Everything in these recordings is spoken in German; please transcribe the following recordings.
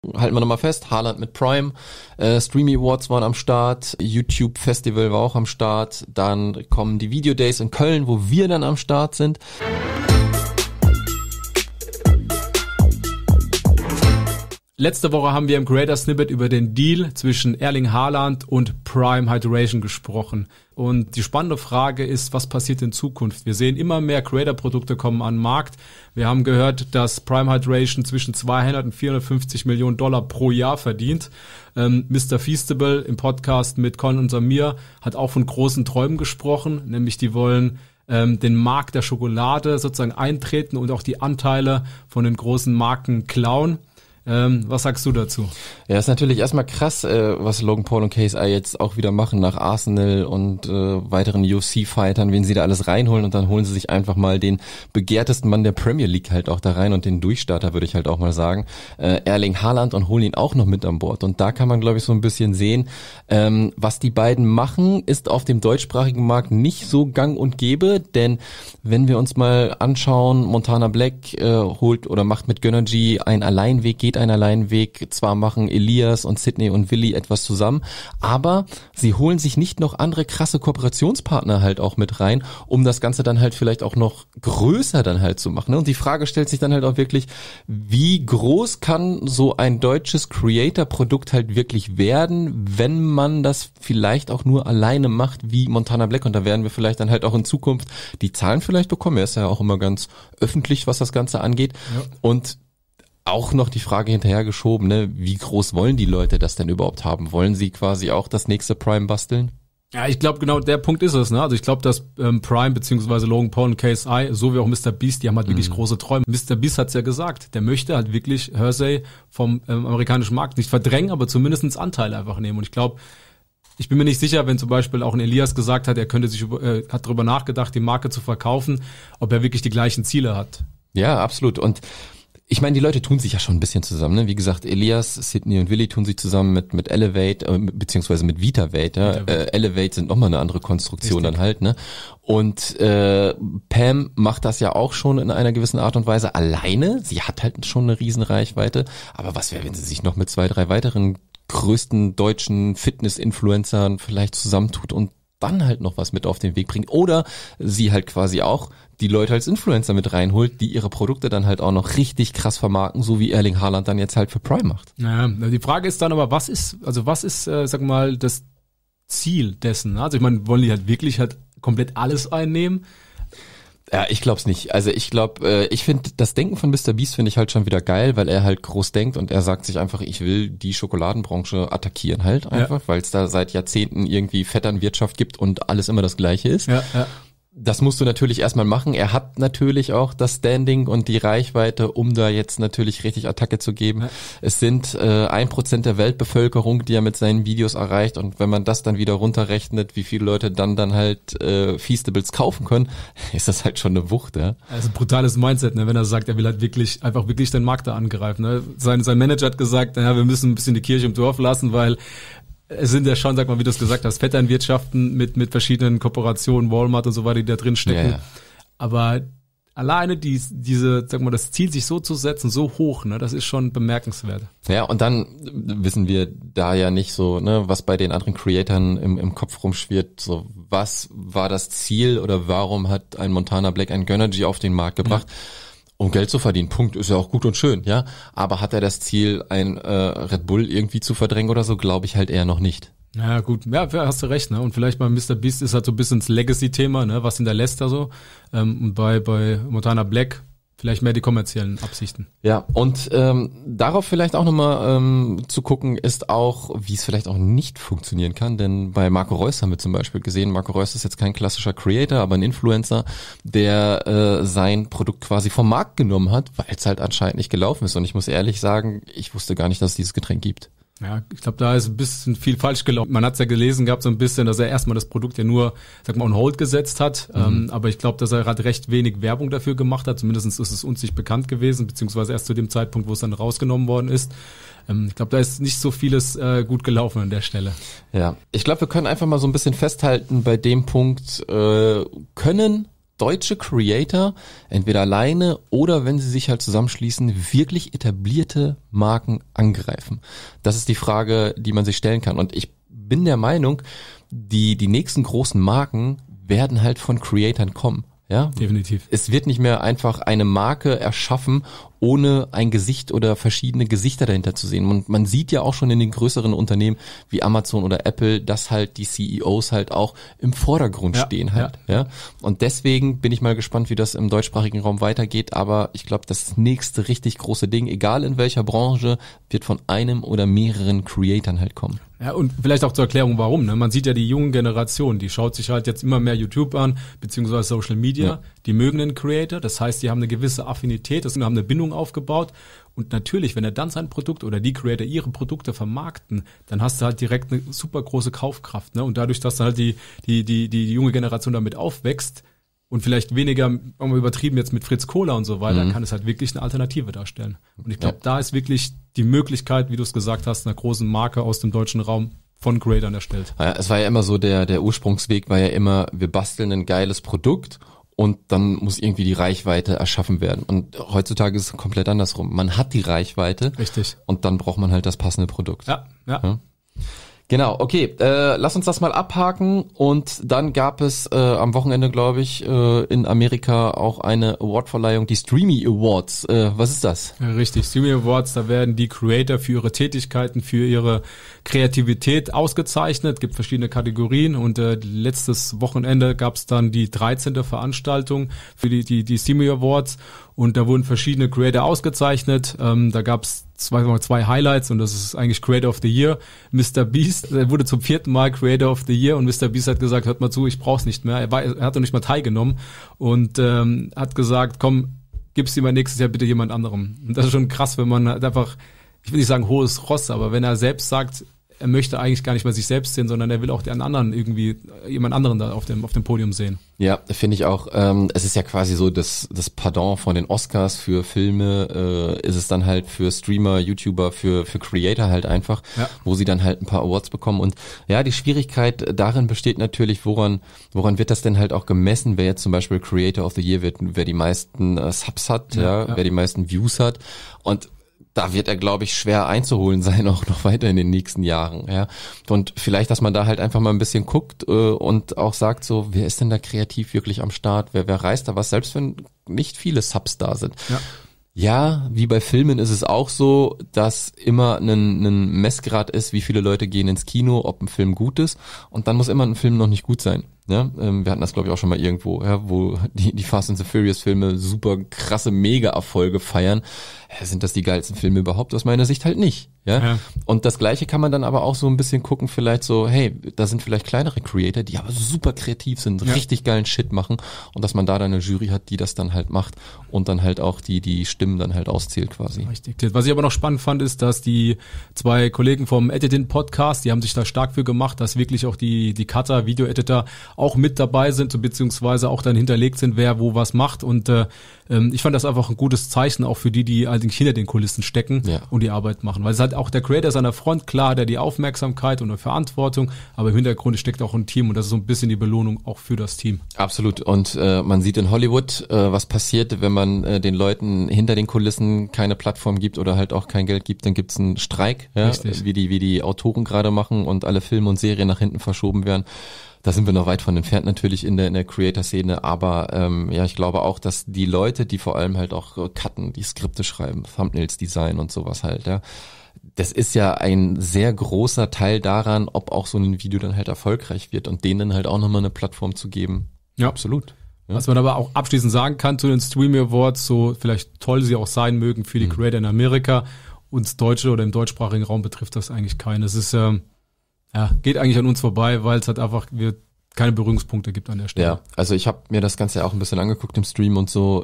Halten wir nochmal fest, Haaland mit Prime, Streamy Awards waren am Start, YouTube Festival war auch am Start, dann kommen die Video Days in Köln, wo wir dann am Start sind. Letzte Woche haben wir im Creator Snippet über den Deal zwischen Erling Haaland und Prime Hydration gesprochen. Und die spannende Frage ist, was passiert in Zukunft? Wir sehen immer mehr Creator-Produkte kommen an den Markt. Wir haben gehört, dass Prime Hydration zwischen 200 und 450 Millionen Dollar pro Jahr verdient. Mr. Feastable im Podcast mit Con und Samir hat auch von großen Träumen gesprochen, nämlich die wollen den Markt der Schokolade sozusagen eintreten und auch die Anteile von den großen Marken klauen. Was sagst du dazu? Ja, ist natürlich erstmal krass, was Logan Paul und KSI jetzt auch wieder machen nach Arsenal und weiteren UFC-Fightern, wen sie da alles reinholen, und dann holen sie sich einfach mal den begehrtesten Mann der Premier League halt auch da rein und den Durchstarter, würde ich halt auch mal sagen, Erling Haaland, und holen ihn auch noch mit an Bord. Und da kann man, glaube ich, so ein bisschen sehen, was die beiden machen, ist auf dem deutschsprachigen Markt nicht so gang und gäbe, denn wenn wir uns mal anschauen, Montana Black holt oder macht mit Gönnergy einen Alleinweg, geht einen Alleinweg, zwar machen Elias und Sydney und Willi etwas zusammen, aber sie holen sich nicht noch andere krasse Kooperationspartner halt auch mit rein, um das Ganze dann halt vielleicht auch noch größer dann halt zu machen. Und die Frage stellt sich dann halt auch wirklich, wie groß kann so ein deutsches Creator-Produkt halt wirklich werden, wenn man das vielleicht auch nur alleine macht wie Montana Black, und da werden wir vielleicht dann halt auch in Zukunft die Zahlen vielleicht bekommen. Er ist ja auch immer ganz öffentlich, was das Ganze angeht. Ja. Und auch noch die Frage hinterhergeschoben, ne, wie groß wollen die Leute das denn überhaupt haben? Wollen sie quasi auch das nächste Prime basteln? Ja, ich glaube, genau der Punkt ist es, ne? Also ich glaube, dass Prime beziehungsweise Logan Paul und KSI, so wie auch Mr. Beast, die haben halt wirklich große Träume. Mr. Beast hat's ja gesagt, der möchte halt wirklich Hersey vom amerikanischen Markt nicht verdrängen, aber zumindest Anteile einfach nehmen. Und ich bin mir nicht sicher, wenn zum Beispiel auch ein Elias gesagt hat, er hat darüber nachgedacht, die Marke zu verkaufen, ob er wirklich die gleichen Ziele hat. Ja, absolut. Und ich meine, die Leute tun sich ja schon ein bisschen zusammen, ne? Wie gesagt, Elias, Sydney und Willi tun sich zusammen mit Elevate, beziehungsweise mit VitaVate, ja. Elevate sind nochmal eine andere Konstruktion. Richtig. Dann halt, ne? Und Pam macht das ja auch schon in einer gewissen Art und Weise alleine. Sie hat halt schon eine riesen Reichweite. Aber was wäre, wenn sie sich noch mit 2, 3 weiteren größten deutschen Fitness-Influencern vielleicht zusammentut und dann halt noch was mit auf den Weg bringt, oder sie halt quasi auch die Leute als Influencer mit reinholt, die ihre Produkte dann halt auch noch richtig krass vermarkten, so wie Erling Haaland dann jetzt halt für Prime macht. Ja, die Frage ist dann aber, was ist, sag mal, das Ziel dessen? Also ich meine, wollen die halt wirklich halt komplett alles einnehmen? Ja, ich glaub's nicht. Also ich glaube, ich finde, das Denken von Mr. Beast finde ich halt schon wieder geil, weil er halt groß denkt und er sagt sich einfach, ich will die Schokoladenbranche attackieren halt einfach, ja. Weil es da seit Jahrzehnten irgendwie Vetternwirtschaft gibt und alles immer das Gleiche ist. Ja, ja. Das musst du natürlich erstmal machen. Er hat natürlich auch das Standing und die Reichweite, um da jetzt natürlich richtig Attacke zu geben. Ja. Es sind 1% der Weltbevölkerung, die er mit seinen Videos erreicht, und wenn man das dann wieder runterrechnet, wie viele Leute dann halt Feastables kaufen können, ist das halt schon eine Wucht, ja. Also ein brutales Mindset, ne, wenn er sagt, er will halt wirklich den Markt da angreifen. Ne. Sein Manager hat gesagt, naja, wir müssen ein bisschen die Kirche im Dorf lassen, weil es sind ja schon, sag mal, wie du es gesagt hast, Vetternwirtschaften mit verschiedenen Kooperationen, Walmart und so weiter, die da drin stecken. Ja, ja. Aber alleine sag mal, das Ziel, sich so zu setzen, so hoch, ne, das ist schon bemerkenswert. Ja, und dann wissen wir da ja nicht so, ne, was bei den anderen Creatoren im Kopf rumschwirrt, so, was war das Ziel oder warum hat ein Montana Black ein Gönnergy auf den Markt gebracht? Ja. Um Geld zu verdienen, Punkt, ist ja auch gut und schön, ja. Aber hat er das Ziel, ein Red Bull irgendwie zu verdrängen oder so, glaube ich halt eher noch nicht. Ja, gut, ja, hast du recht, ne? Und vielleicht bei Mr. Beast ist halt so ein bisschen das Legacy-Thema, ne? Was hinterlässt er so? Und bei Montana Black vielleicht mehr die kommerziellen Absichten. Ja, und darauf vielleicht auch nochmal zu gucken, ist auch, wie es vielleicht auch nicht funktionieren kann, denn bei Marco Reus haben wir zum Beispiel gesehen, Marco Reus ist jetzt kein klassischer Creator, aber ein Influencer, der sein Produkt quasi vom Markt genommen hat, weil es halt anscheinend nicht gelaufen ist, und ich muss ehrlich sagen, ich wusste gar nicht, dass es dieses Getränk gibt. Ja, ich glaube, da ist ein bisschen viel falsch gelaufen. Man hat es ja gelesen gehabt so ein bisschen, dass er erstmal das Produkt ja nur, sag mal, on hold gesetzt hat. Aber ich glaube, dass er halt recht wenig Werbung dafür gemacht hat. Zumindest ist es uns nicht bekannt gewesen, beziehungsweise erst zu dem Zeitpunkt, wo es dann rausgenommen worden ist. Ich glaube, da ist nicht so vieles gut gelaufen an der Stelle. Ja, ich glaube, wir können einfach mal so ein bisschen festhalten bei dem Punkt, können deutsche Creator, entweder alleine oder wenn sie sich halt zusammenschließen, wirklich etablierte Marken angreifen? Das ist die Frage, die man sich stellen kann. Und ich bin der Meinung, die nächsten großen Marken werden halt von Creatoren kommen. Ja, definitiv. Es wird nicht mehr einfach eine Marke erschaffen, ohne ein Gesicht oder verschiedene Gesichter dahinter zu sehen. Und man sieht ja auch schon in den größeren Unternehmen wie Amazon oder Apple, dass halt die CEOs halt auch im Vordergrund stehen halt. Ja. Und deswegen bin ich mal gespannt, wie das im deutschsprachigen Raum weitergeht. Aber ich glaube, das nächste richtig große Ding, egal in welcher Branche, wird von einem oder mehreren Creatoren halt kommen. Ja, und vielleicht auch zur Erklärung, warum. Ne? Man sieht ja die jungen Generation, die schaut sich halt jetzt immer mehr YouTube an, beziehungsweise Social Media. Ja. Die mögen den Creator, das heißt, die haben eine gewisse Affinität, haben eine Bindung aufgebaut. Und natürlich, wenn er dann sein Produkt oder die Creator ihre Produkte vermarkten, dann hast du halt direkt eine super große Kaufkraft. Ne? Und dadurch, dass halt die junge Generation damit aufwächst, und vielleicht weniger übertrieben jetzt mit Fritz Kohler und so weiter, kann es halt wirklich eine Alternative darstellen. Und ich glaube, da ist wirklich die Möglichkeit, wie du es gesagt hast, einer großen Marke aus dem deutschen Raum von Creatern erstellt. Ja, es war ja immer so, der Ursprungsweg war ja immer, wir basteln ein geiles Produkt und dann muss irgendwie die Reichweite erschaffen werden. Und heutzutage ist es komplett andersrum. Man hat die Reichweite. Richtig. Und dann braucht man halt das passende Produkt. Ja. Genau, okay, lass uns das mal abhaken und dann gab es am Wochenende, glaube ich, in Amerika auch eine Awardverleihung, die Streamy Awards. Was ist das? Ja, richtig, Streamy Awards, da werden die Creator für ihre Tätigkeiten, für ihre Kreativität ausgezeichnet, gibt verschiedene Kategorien und letztes Wochenende gab es dann die 13. Veranstaltung für die Streamy Awards und da wurden verschiedene Creator ausgezeichnet, da gab es zwei Highlights und das ist eigentlich Creator of the Year. Mr. Beast, er wurde zum 4. Mal Creator of the Year und Mr. Beast hat gesagt, hört mal zu, ich brauch's nicht mehr. Er hat doch nicht mal teilgenommen und hat gesagt, komm, gib's dir mal nächstes Jahr bitte jemand anderem. Und das ist schon krass, wenn man halt einfach, ich will nicht sagen hohes Ross, aber wenn er selbst sagt, er möchte eigentlich gar nicht mehr sich selbst sehen, sondern er will auch den anderen irgendwie, jemand anderen da auf dem Podium sehen. Ja, finde ich auch. Es ist ja quasi so das Pardon von den Oscars für Filme, ist es dann halt für Streamer, YouTuber, für Creator halt einfach, wo sie dann halt ein paar Awards bekommen. Und ja, die Schwierigkeit darin besteht natürlich, woran wird das denn halt auch gemessen, wer jetzt zum Beispiel Creator of the Year wird, wer die meisten Subs hat, wer die meisten Views hat. Und da wird er, glaube ich, schwer einzuholen sein, auch noch weiter in den nächsten Jahren. Ja. Und vielleicht, dass man da halt einfach mal ein bisschen guckt und auch sagt so, wer ist denn da kreativ wirklich am Start? Wer reißt da was, selbst wenn nicht viele Subs da sind. Ja, wie bei Filmen ist es auch so, dass immer ein Messgrad ist, wie viele Leute gehen ins Kino, ob ein Film gut ist. Und dann muss immer ein Film noch nicht gut sein. Ja, wir hatten das, glaube ich, auch schon mal irgendwo, wo die Fast and the Furious Filme super krasse Mega-Erfolge feiern. Sind das die geilsten Filme überhaupt? Aus meiner Sicht halt nicht. Ja. Und das Gleiche kann man dann aber auch so ein bisschen gucken, vielleicht so, hey, da sind vielleicht kleinere Creator, die aber super kreativ sind, richtig geilen Shit machen und dass man da dann eine Jury hat, die das dann halt macht und dann halt auch die Stimmen dann halt auszählt quasi. Richtig. Was ich aber noch spannend fand, ist, dass die zwei Kollegen vom Editing Podcast, die haben sich da stark für gemacht, dass wirklich auch die Cutter, Video-Editor auch mit dabei sind, beziehungsweise auch dann hinterlegt sind, wer wo was macht und ich fand das einfach ein gutes Zeichen auch für die allerdings hinter den Kulissen stecken und die Arbeit machen, weil es halt auch der Creator ist an der Front, klar, der die Aufmerksamkeit und die Verantwortung, aber im Hintergrund steckt auch ein Team und das ist so ein bisschen die Belohnung auch für das Team. Absolut und man sieht in Hollywood, was passiert, wenn man den Leuten hinter den Kulissen keine Plattform gibt oder halt auch kein Geld gibt, dann gibt's einen Streik, wie die Autoren gerade machen und alle Filme und Serien nach hinten verschoben werden. Da sind wir noch weit von entfernt natürlich in der Creator-Szene, aber ich glaube auch, dass die Leute, die vor allem halt auch cutten, die Skripte schreiben, Thumbnails designen und sowas halt, das ist ja ein sehr großer Teil daran, ob auch so ein Video dann halt erfolgreich wird und denen halt auch nochmal eine Plattform zu geben. Ja, absolut. Ja. Was man aber auch abschließend sagen kann zu den Streamy Awards, so vielleicht toll sie auch sein mögen für die Creator in Amerika, uns Deutsche oder im deutschsprachigen Raum betrifft das eigentlich keinen. Es ist geht eigentlich an uns vorbei, weil es halt einfach keine Berührungspunkte gibt an der Stelle. Ja, also ich habe mir das Ganze ja auch ein bisschen angeguckt im Stream und so.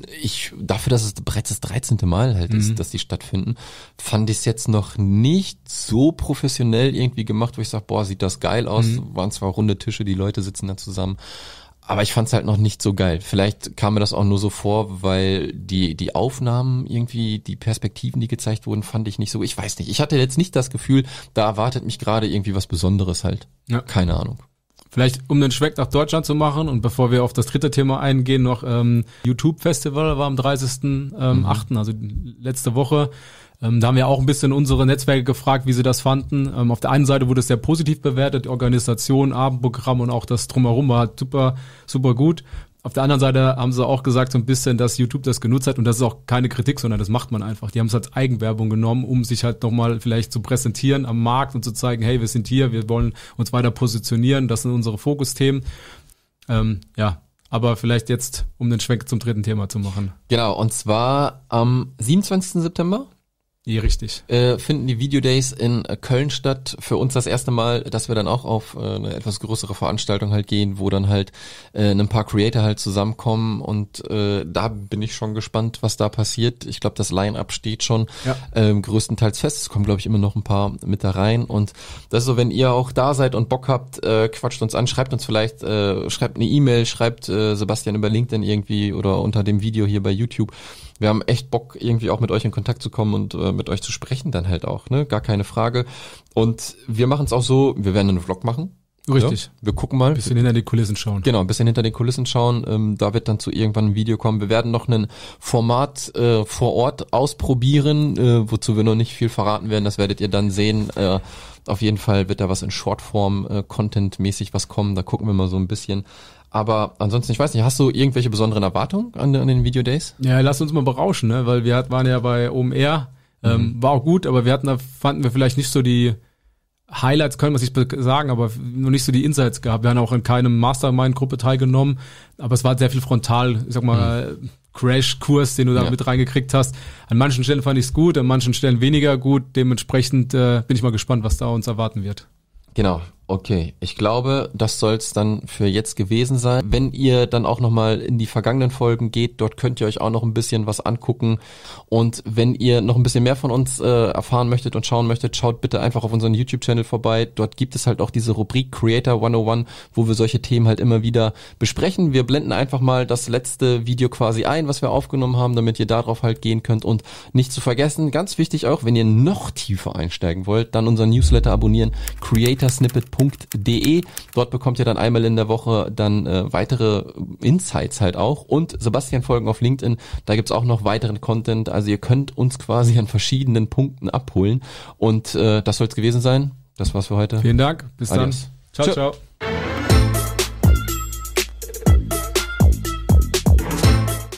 Dafür, dass es bereits das 13. Mal halt ist, dass die stattfinden, fand ich es jetzt noch nicht so professionell irgendwie gemacht, wo ich sage, boah, sieht das geil aus. Waren zwar runde Tische, die Leute sitzen da zusammen. Aber ich fand's halt noch nicht so geil. Vielleicht kam mir das auch nur so vor, weil die Aufnahmen irgendwie, die Perspektiven, die gezeigt wurden, fand ich nicht so. Ich weiß nicht. Ich hatte jetzt nicht das Gefühl, da erwartet mich gerade irgendwie was Besonderes halt. Ja. Keine Ahnung. Vielleicht, um den Schwenk nach Deutschland zu machen und bevor wir auf das dritte Thema eingehen, noch YouTube-Festival war am 30.08., also letzte Woche. Da haben wir auch ein bisschen unsere Netzwerke gefragt, wie sie das fanden. Auf der einen Seite wurde es sehr positiv bewertet, die Organisation, Abendprogramm und auch das Drumherum war halt super, super gut. Auf der anderen Seite haben sie auch gesagt so ein bisschen, dass YouTube das genutzt hat und das ist auch keine Kritik, sondern das macht man einfach. Die haben es als Eigenwerbung genommen, um sich halt nochmal vielleicht zu präsentieren am Markt und zu zeigen, hey, wir sind hier, wir wollen uns weiter positionieren, das sind unsere Fokusthemen. Aber vielleicht jetzt, um den Schwenk zum dritten Thema zu machen. Genau, und zwar am 27. September. Ja, richtig. Finden die Videodays in Köln statt. Für uns das erste Mal, dass wir dann auch auf eine etwas größere Veranstaltung halt gehen, wo dann halt ein paar Creator halt zusammenkommen und da bin ich schon gespannt, was da passiert. Ich glaube, das Line-Up steht schon größtenteils fest. Es kommen, glaube ich, immer noch ein paar mit da rein und das ist so, wenn ihr auch da seid und Bock habt, quatscht uns an, schreibt uns vielleicht, schreibt eine E-Mail, schreibt Sebastian über LinkedIn irgendwie oder unter dem Video hier bei YouTube. Wir haben echt Bock, irgendwie auch mit euch in Kontakt zu kommen und mit euch zu sprechen dann halt auch, ne? Gar keine Frage. Und wir machen es auch so, wir werden einen Vlog machen. Richtig. Ja, wir gucken mal. Ein bisschen hinter die Kulissen schauen. Genau, ein bisschen hinter die Kulissen schauen. Da wird dann zu irgendwann ein Video kommen. Wir werden noch ein Format vor Ort ausprobieren, wozu wir noch nicht viel verraten werden. Das werdet ihr dann sehen. Auf jeden Fall wird da was in Shortform, Content-mäßig was kommen. Da gucken wir mal so ein bisschen. Aber ansonsten, ich weiß nicht, hast du irgendwelche besonderen Erwartungen an den Videodays? Ja, lass uns mal berauschen, ne? Weil wir waren ja bei OMR, war auch gut, aber fanden wir vielleicht nicht so die Highlights, können wir nicht sagen, aber noch nicht so die Insights gehabt. Wir haben auch in keinem Mastermind-Gruppe teilgenommen, aber es war sehr viel frontal, ich sag mal, Crash-Kurs, den du da mit reingekriegt hast. An manchen Stellen fand ich es gut, an manchen Stellen weniger gut. Dementsprechend bin ich mal gespannt, was da uns erwarten wird. Genau, okay. Ich glaube, das soll's dann für jetzt gewesen sein. Wenn ihr dann auch nochmal in die vergangenen Folgen geht, dort könnt ihr euch auch noch ein bisschen was angucken. Und wenn ihr noch ein bisschen mehr von uns erfahren möchtet und schauen möchtet, schaut bitte einfach auf unseren YouTube-Channel vorbei. Dort gibt es halt auch diese Rubrik Creator 101, wo wir solche Themen halt immer wieder besprechen. Wir blenden einfach mal das letzte Video quasi ein, was wir aufgenommen haben, damit ihr darauf halt gehen könnt. Und nicht zu vergessen, ganz wichtig auch, wenn ihr noch tiefer einsteigen wollt, dann unseren Newsletter abonnieren, creatorsnippet.de. Dort bekommt ihr dann einmal in der Woche dann weitere Insights halt auch und Sebastian folgen auf LinkedIn, da gibt's auch noch weiteren Content, also ihr könnt uns quasi an verschiedenen Punkten abholen und das soll's gewesen sein. Das war's für heute. Vielen Dank, bis Adios. dann. Ciao, ciao.